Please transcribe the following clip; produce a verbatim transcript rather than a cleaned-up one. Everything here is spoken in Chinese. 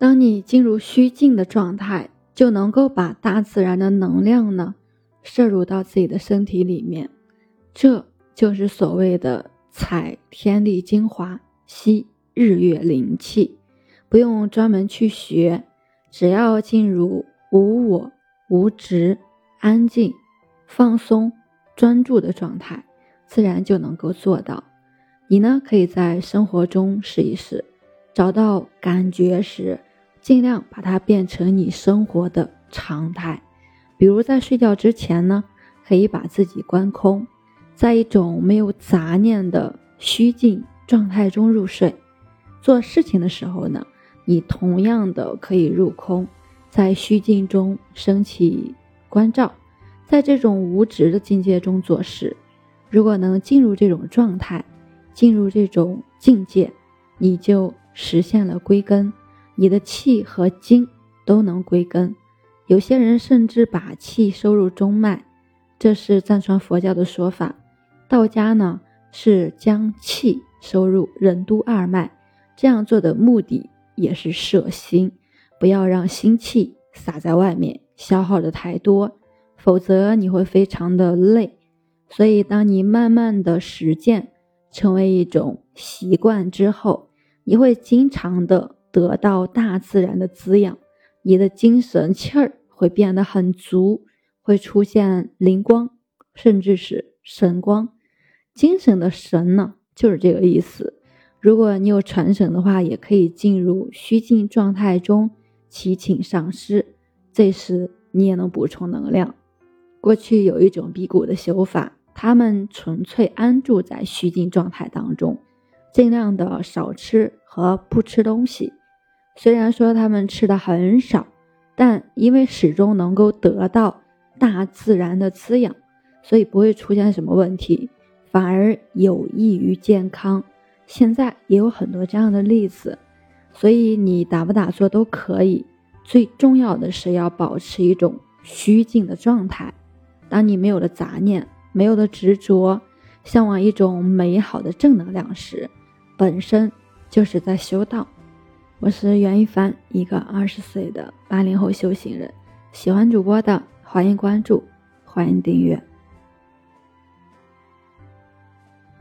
当你进入虚静的状态，就能够把大自然的能量呢摄入到自己的身体里面，这就是所谓的采天地精华，吸日月灵气。不用专门去学，只要进入无我、无执、安静、放松、专注的状态，自然就能够做到。你呢，可以在生活中试一试，找到感觉时，尽量把它变成你生活的常态。比如在睡觉之前呢，可以把自己关空，在一种没有杂念的虚静状态中入睡。做事情的时候呢，你同样的可以入空，在虚静中升起关照，在这种无执的境界中做事。如果能进入这种状态，进入这种境界，你就实现了归根，你的气和精都能归根。有些人甚至把气收入中脉，这是藏传佛教的说法。道家呢，是将气收入任督二脉，这样做的目的也是摄心，不要让心气洒在外面，消耗的太多，否则你会非常的累。所以当你慢慢的实践成为一种习惯之后，你会经常的得到大自然的滋养，你的精神气儿会变得很足，会出现灵光，甚至是神光。精神的神呢，就是这个意思。如果你有传神的话，也可以进入虚静状态中祈请上师，这时你也能补充能量。过去有一种辟谷的修法，他们纯粹安住在虚静状态当中，尽量的少吃和不吃东西。虽然说他们吃的很少，但因为始终能够得到大自然的滋养，所以不会出现什么问题，反而有益于健康。现在也有很多这样的例子，所以你打不打坐都可以，最重要的是要保持一种虚静的状态。当你没有了杂念，没有了执着，向往一种美好的正能量时，本身就是在修道。我是袁一凡，一个二十岁的八零后修行人。喜欢主播的欢迎关注，欢迎订阅。